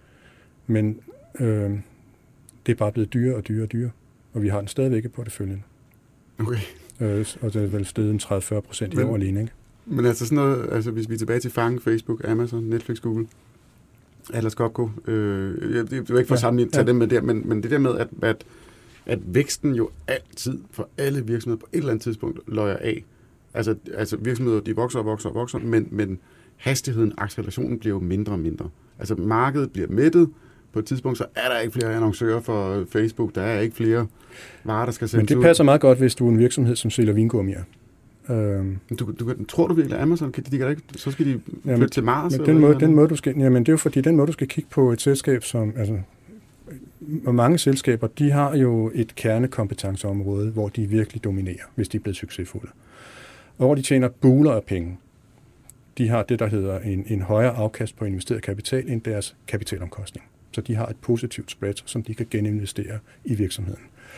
Men øh, det er bare blevet dyrere og dyrere og dyrere, og vi har den stadigvæk i porteføljen. Okay. Øh, og det er vel steget en tredive til fyrre procent i år alene, ikke? Men altså sådan noget, altså hvis vi er tilbage til Fang, Facebook, Amazon, Netflix, Google, Atlas Copco, øh, det, det er ikke for at sammenligne ja, ja. dem med det, men, men det der med, at, at, at væksten jo altid for alle virksomheder på et eller andet tidspunkt løjer af. Altså, altså virksomheder, de vokser og vokser og vokser, men, men hastigheden, accelerationen bliver jo mindre og mindre. Altså markedet bliver mættet. På et tidspunkt, så er der ikke flere annoncører for Facebook. Der er ikke flere varer, der skal sendes ud. Men det passer ud. Meget godt, hvis du er en virksomhed, som sælger vingummier. Øhm. Du, du, tror du virkelig, at Amazon, kan de, de kan ikke, så skal de flytte jamen, til Mars? Men den, måde, den måde, du skal, jamen, det er jo fordi, den måde, du skal kigge på et selskab, som, altså, mange selskaber, de har jo et kernekompetenceområde, hvor de virkelig dominerer, hvis de er blevet succesfulde. Og hvor de tjener buler af penge. De har det, der hedder en, en højere afkast på investeret kapital end deres kapitalomkostning. Så de har et positivt spread, som de kan geninvestere i virksomheden.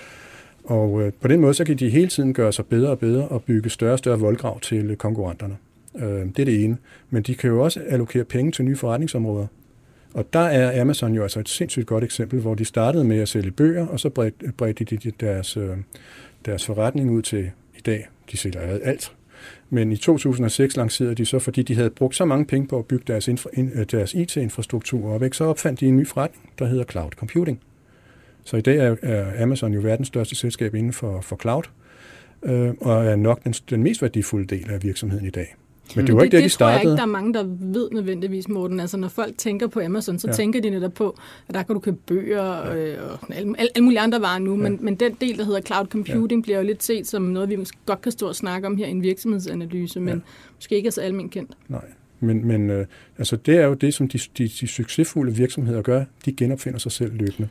Og øh, på den måde, så kan de hele tiden gøre sig bedre og bedre og bygge større og større voldgrav til konkurrenterne. Øh, det er det ene. Men de kan jo også allokere penge til nye forretningsområder. Og der er Amazon jo altså et sindssygt godt eksempel, hvor de startede med at sælge bøger, og så bredte, bredte de deres, øh, deres forretning ud til i dag. De sælger alt. Men i to tusind og seks lancerede de så, fordi de havde brugt så mange penge på at bygge deres, infra, deres I T-infrastruktur op, ikke? Så opfandt de en ny forretning, der hedder cloud computing. Så i dag er, er Amazon jo verdens største selskab inden for, for cloud, øh, og er nok den, den mest værdifulde del af virksomheden i dag. Men det var det, ikke det, det de startede. Det tror jeg ikke, der er mange, der ved nødvendigvis, Morten. Altså, når folk tænker på Amazon, så ja. tænker de netop på, at der kan du købe bøger ja. øh, og alle, alle mulige andre varer nu. Ja. Men, men den del, der hedder cloud computing, ja. bliver jo lidt set som noget, vi godt kan stå og snakke om her i en virksomhedsanalyse, men ja. måske ikke er så almindeligt kendt. Nej, men, men øh, altså, det er jo det, som de, de, de succesfulde virksomheder gør. De genopfinder sig selv løbende.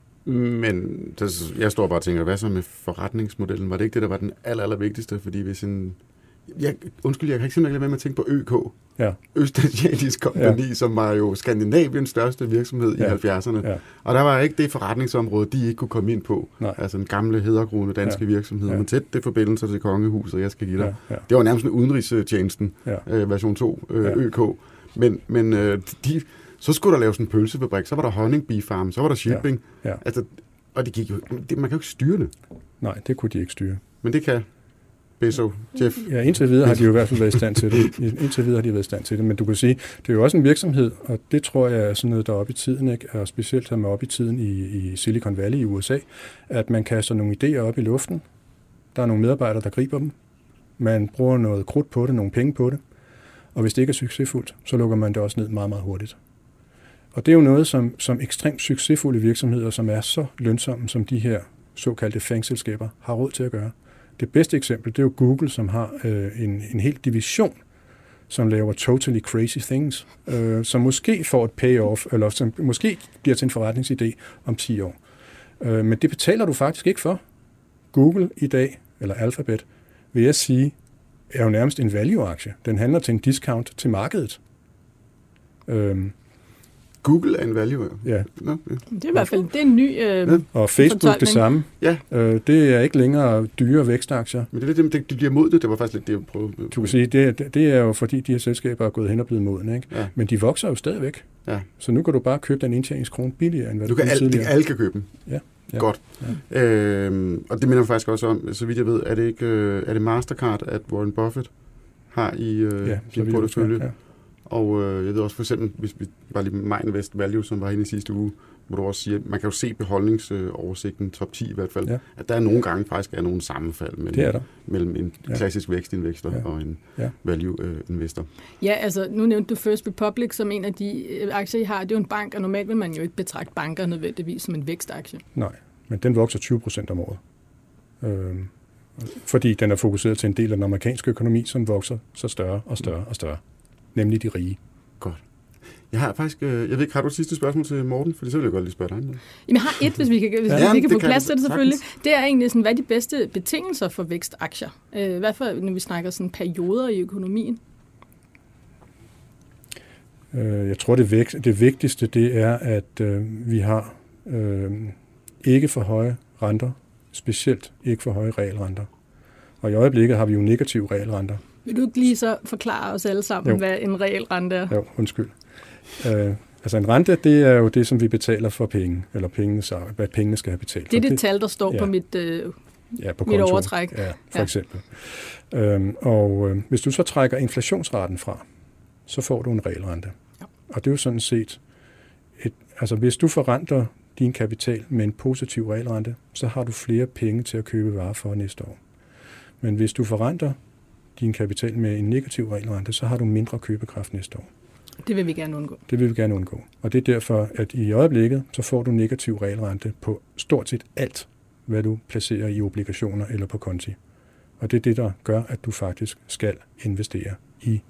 Men det, jeg står bare og tænker, hvad så med forretningsmodellen? Var det ikke det, der var den aller, aller vigtigste? Fordi hvis en... Jeg, undskyld, jeg kan ikke simpelthen lade være med at tænke på ØK. Ja. Østasiatisk kompagni, ja. som var jo Skandinaviens største virksomhed ja. i halvfjerdserne. Ja. Og der var ikke det forretningsområde, de ikke kunne komme ind på. Nej. Altså en gamle, hæderkroende danske ja. virksomhed. Ja. Men tæt det forbindelser til kongehuset, jeg skal give dig. Ja. Ja. Det var nærmest en udenrigstjenesten, ja. øh, version to, øh, ja. ØK. Men, men øh, de, så skulle der laves en pølsefabrik, så var der honningbee-farm, så var der shipping. Ja. Ja. Altså, og det gik jo, det, man kan jo ikke styre det. Nej, det kunne de ikke styre. Men det kan... Bezos, Jeff? Ja, indtil videre har de jo i hvert fald været i stand til det. Indtil videre har de været i stand til det, men du kan sige, det er jo også en virksomhed, og det tror jeg er sådan noget, der er oppe i tiden, ikke? Og specielt har man oppe i tiden i, i Silicon Valley i U S A, at man kaster nogle idéer op i luften. Der er nogle medarbejdere, der griber dem. Man bruger noget krudt på det, nogle penge på det, og hvis det ikke er succesfuldt, så lukker man det også ned meget, meget hurtigt. Og det er jo noget, som, som ekstremt succesfulde virksomheder, som er så lønsomme, som de her såkaldte fangselskaber, har råd til at gøre. Det bedste eksempel, det er jo Google, som har øh, en, en hel division, som laver totally crazy things, øh, som måske får et payoff, eller som måske bliver til en forretningsidé om ti år. Øh, men det betaler du faktisk ikke for. Google i dag, eller Alphabet, vil jeg sige, er jo nærmest en value-aktie. Den handler til en discount til markedet. Øh, Google er en value. Ja. Nå, ja. Det er i hvert fald det er en ny øh, ja. Og Facebook fortolkning. Det samme. Ja. Øh, det er ikke længere dyre vækstaktier. Men det er det, de bliver mod det. Det var faktisk lidt det, jeg prøvede. Du kan sige, det, det er jo fordi, de her selskaber er gået hen og blevet modne, ikke? Ja. Men de vokser jo stadigvæk. Ja. Så nu kan du bare købe den indtjeningskrone billigere, end hvad du, du kan tidligere. Alle kan købe den. Ja. Ja. Godt. Ja. Øhm, og det minder faktisk også om, så vidt jeg ved, er det ikke er det Mastercard, at Warren Buffett har i øh, ja, sin portefølje? Ja, ja. Og øh, jeg ved også for eksempel, hvis vi var lige Mindvest Value, som var inde i sidste uge, hvor du også siger, man kan jo se beholdningsoversigten, top ti i hvert fald, ja. At der er nogle gange faktisk er nogle sammenfald mellem, mellem en klassisk ja. vækstinvestor ja. og en ja. value-investor. Ja, altså nu nævnte du First Republic som en af de aktier, I har. Det er jo en bank, og normalt vil man jo ikke betragte banker nødvendigvis som en vækstaktie. Nej, men den vokser tyve procent om året. Øhm, fordi den er fokuseret til en del af den amerikanske økonomi, som vokser så større og større og større. Nemlig de rige. Godt. Jeg har faktisk, jeg ved ikke, har du et sidste spørgsmål til Morten? For det så vil jeg godt lige spørge dig. Jamen, jeg har et, hvis vi kan, hvis ja, vi kan få plads til det selvfølgelig. Sagtens. Det er egentlig sådan, hvad er de bedste betingelser for vækstaktier? I hvert fald, når vi snakker sådan perioder i økonomien. Jeg tror, det, væk, det vigtigste, det er, at øh, vi har øh, ikke for høje renter, specielt ikke for høje realrenter. Og i øjeblikket har vi jo negative realrenter. Vil du ikke lige så forklare os alle sammen, jo. Hvad en realrente er? Jo, undskyld. Uh, altså en rente, det er jo det, som vi betaler for penge, eller pengene, hvad pengene skal have betalt. Det er det, det tal, der står ja. på mit, øh, ja, på mit overtræk. Ja, for ja. eksempel. Um, og øh, hvis du så trækker inflationsraten fra, så får du en realrente. Ja. Og det er jo sådan set, et, altså hvis du forrenter din kapital med en positiv realrente, så har du flere penge til at købe varer for næste år. Men hvis du forrenter din kapital med en negativ realrente, så har du mindre købekraft næste år. Det vil vi gerne undgå. Det vil vi gerne undgå. Og det er derfor, at i øjeblikket, så får du negativ realrente på stort set alt, hvad du placerer i obligationer eller på konti. Og det er det, der gør, at du faktisk skal investere i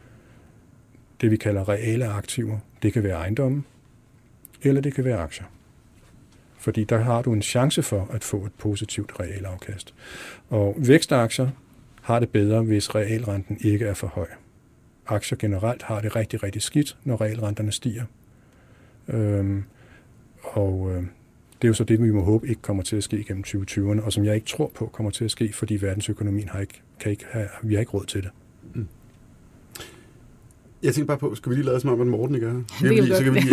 det, vi kalder reale aktiver. Det kan være ejendomme, eller det kan være aktier. Fordi der har du en chance for at få et positivt realafkast. Og vækstaktier har det bedre, hvis realrenten ikke er for høj. Aktier generelt har det rigtig, rigtig skidt, når realrenterne stiger. Øhm, og øh, det er jo så det, vi må håbe ikke kommer til at ske gennem tyve tyverne, og som jeg ikke tror på kommer til at ske, fordi verdensøkonomien har ikke, kan ikke have, vi har ikke råd til det. Mm. Jeg tænker bare på, skal vi lige lade som om, at Morten ikke er her? Så kan vi lige, så kan vi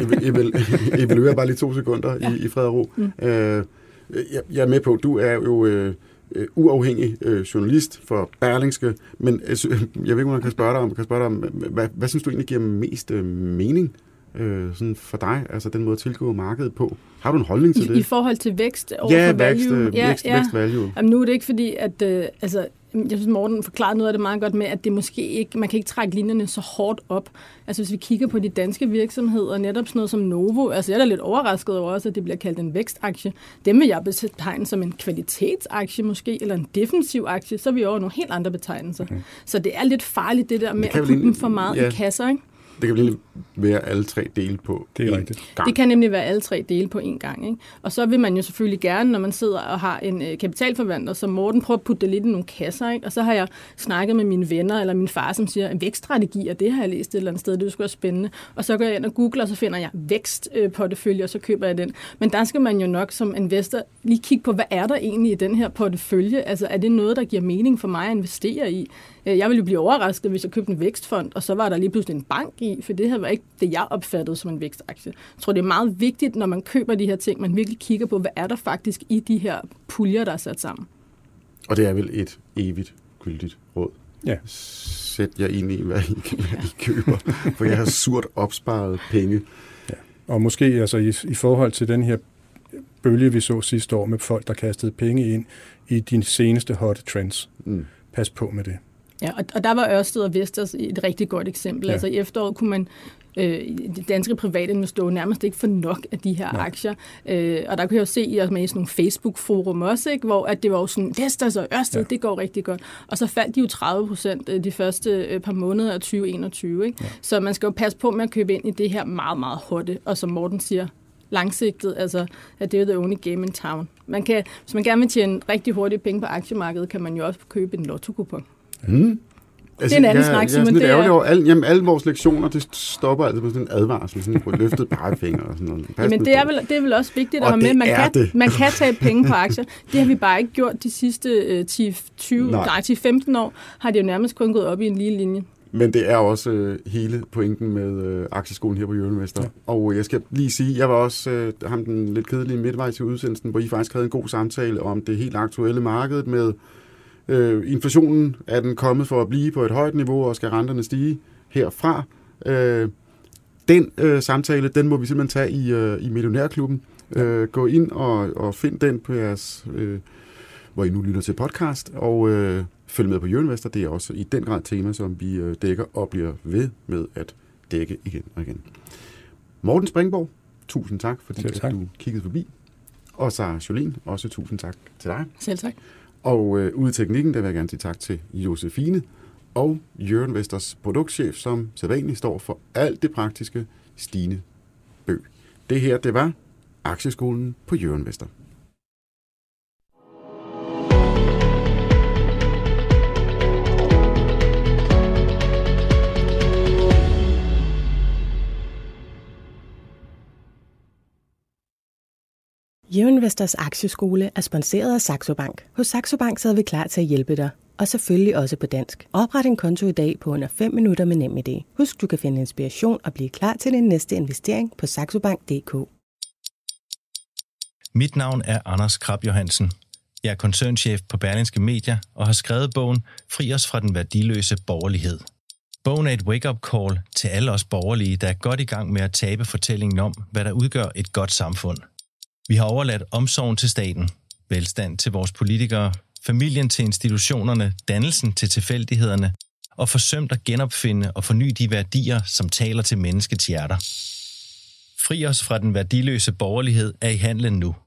lige evaluere bare lige to sekunder ja. i, i fred og ro. Mm. Øh, jeg, jeg er med på, du er jo øh, uafhængig øh, journalist for Berlingske, men øh, jeg ved ikke, om man kan spørge dig om, kan spørge dig om hvad, hvad synes du egentlig giver mest øh, mening øh, sådan for dig, altså den måde at tilgå markedet på? Har du en holdning til I, det? I forhold til vækst over ja, for vækst, value? Øh, ja, vækst, ja, vækst, value. Jamen, nu er det ikke fordi, at øh, altså, jeg synes, Morten forklarede noget af det meget godt med, at det måske ikke, man kan ikke trække linjerne så hårdt op. Altså hvis vi kigger på de danske virksomheder, netop sådan noget som Novo, altså jeg er da lidt overrasket over også, at det bliver kaldt en vækstaktie. Dem vil jeg betegne som en kvalitetsaktie måske, eller en defensiv aktie, så er vi over nogle helt andre betegnelser. Okay. Så det er lidt farligt det der med at putte dem for meget ja. i kasser, ikke? Det kan vel være alle tre dele på det er rigtigt. Gang. Det kan nemlig være alle tre dele på én gang. Ikke? Og så vil man jo selvfølgelig gerne, når man sidder og har en øh, kapitalforvalter, som Morten, prøver at putte det lidt i nogle kasser. Ikke? Og så har jeg snakket med mine venner eller min far, som siger, en vækststrategi, og det har jeg læst et eller andet sted, det skulle være spændende. Og så går jeg ind og googler, og så finder jeg vækstportefølje, og så køber jeg den. Men der skal man jo nok som investor lige kigge på, hvad er der egentlig i den her portefølje? Altså er det noget, der giver mening for mig at investere i? Jeg ville jo blive overrasket, hvis jeg købte en vækstfond, og så var der lige pludselig en bank i, for det her var ikke det, jeg opfattede som en vækstaktie. Jeg tror, det er meget vigtigt, når man køber de her ting, man virkelig kigger på, hvad er der faktisk i de her puljer, der er sat sammen. Og det er vel et evigt gyldigt råd. Ja. Sæt jer ind i, hvad I, hvad I køber, for jeg har surt opsparet penge. Ja. Og måske altså i, i forhold til den her bølge, vi så sidste år med folk, der kastede penge ind i de seneste hot trends. Mm. Pas på med det. Ja, og, og der var Ørsted og Vestas et rigtig godt eksempel. Ja. Altså i efteråret kunne man øh, de danske private investorer nærmest ikke få nok af de her Nej. aktier. Øh, og der kunne jeg jo se i med i sådan nogle Facebook-forum også, ikke, hvor at det var jo sådan, Vestas og Ørsted, ja. det går rigtig godt. Og så faldt de jo tredive procent de første par måneder af tyve enogtyve. Ikke? Ja. Så man skal jo passe på med at købe ind i det her meget, meget hotte, og som Morten siger, langsigtet, altså at det er the only game in town. Man kan, hvis man gerne vil tjene rigtig hurtige penge på aktiemarkedet, kan man jo også købe en lotto-kupon. Mm. Altså, det er en anden jeg, snak, jeg, Simon. Jeg er det er... over alle, jamen, alle vores lektioner, det stopper altid på sådan en advarsel, sådan en løftet pegefinger og sådan noget. Jamen, det er, vel, det er vel også vigtigt at have med. Man kan, det. man kan tage penge på aktier. Det har vi bare ikke gjort de sidste ti til femten år, har det jo nærmest kun gået op i en lige linje. Men det er også øh, hele pointen med øh, aktieskolen her på Jørgen Vester. Ja. Og jeg skal lige sige, jeg var også øh, ham den lidt kedelige midtvejs i udsendelsen, hvor I faktisk havde en god samtale om det helt aktuelle marked med øh, inflationen. Er den kommet for at blive på et højt niveau, og skal renterne stige herfra? Øh, den øh, samtale, den må vi simpelthen tage i, øh, i Millionærklubben. Ja. Øh, gå ind og, og find den på jeres, øh, hvor I nu lytter til podcast, og øh, følg med på Jørgen Vester. Det er også i den grad tema, som vi øh, dækker og bliver ved med at dække igen og igen. Morten Springborg, tusind tak, fordi tak. du kiggede forbi. Og Sara Jolin, også tusind tak til dig. Selv tak. Og øh, ude i teknikken, der vil jeg gerne sige tak til Josefine og Jørgen Vesters produktchef, som sædvanligt står for alt det praktiske, Stine Bø. Det her, det var Aktieskolen på Jørgen Vester. Jørgen Vesters Aktieskole er sponsoreret af Saxo Bank. Hos Saxo Bank så er vi klar til at hjælpe dig. Og selvfølgelig også på dansk. Opret en konto i dag på under fem minutter med NemID. Husk, du kan finde inspiration og blive klar til din næste investering på saxo bank punktum d k. Mit navn er Anders Krab Johansen. Jeg er koncernchef på Berlingske Media og har skrevet bogen Fri os fra den værdiløse borgerlighed. Bogen er et wake-up call til alle os borgerlige, der er godt i gang med at tabe fortællingen om, hvad der udgør et godt samfund. Vi har overladt omsorgen til staten, velstand til vores politikere, familien til institutionerne, dannelsen til tilfældighederne og forsømt at genopfinde og forny de værdier, som taler til menneskets hjerter. Fri os fra den værdiløse borgerlighed er i handlen nu.